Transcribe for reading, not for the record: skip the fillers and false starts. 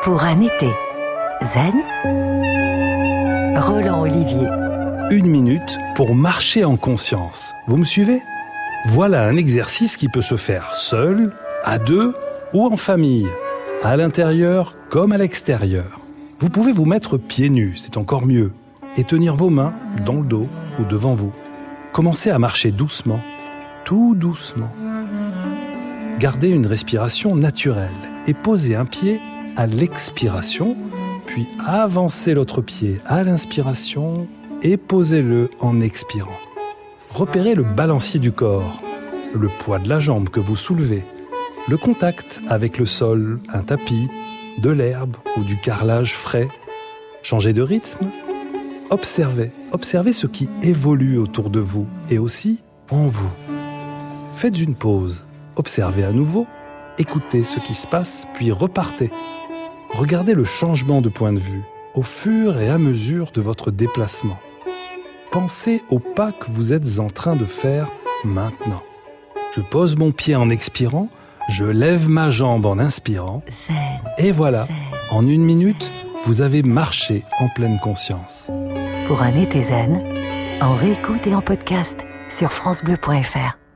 Pour un été zen, Roland Olivier. 1 minute pour marcher en conscience. Vous me suivez ? Voilà un exercice qui peut se faire seul, à deux ou en famille, à l'intérieur comme à l'extérieur. Vous pouvez vous mettre pieds nus, c'est encore mieux, et tenir vos mains dans le dos ou devant vous. Commencez à marcher doucement, tout doucement. Gardez une respiration naturelle et posez un pied à l'expiration, puis avancez l'autre pied à l'inspiration et posez-le en expirant. Repérez le balancier du corps, le poids de la jambe que vous soulevez, le contact avec le sol, un tapis, de l'herbe ou du carrelage frais. Changez de rythme. Observez ce qui évolue autour de vous et aussi en vous. Faites une pause, observez à nouveau, écoutez ce qui se passe, puis repartez. Regardez le changement de point de vue au fur et à mesure de votre déplacement. Pensez au pas que vous êtes en train de faire maintenant. Je pose mon pied en expirant, je lève ma jambe en inspirant, Zen. et voilà, Zen. en 1 minute, vous avez marché en pleine conscience. Pour un été zen, en réécoute et en podcast sur francebleu.fr.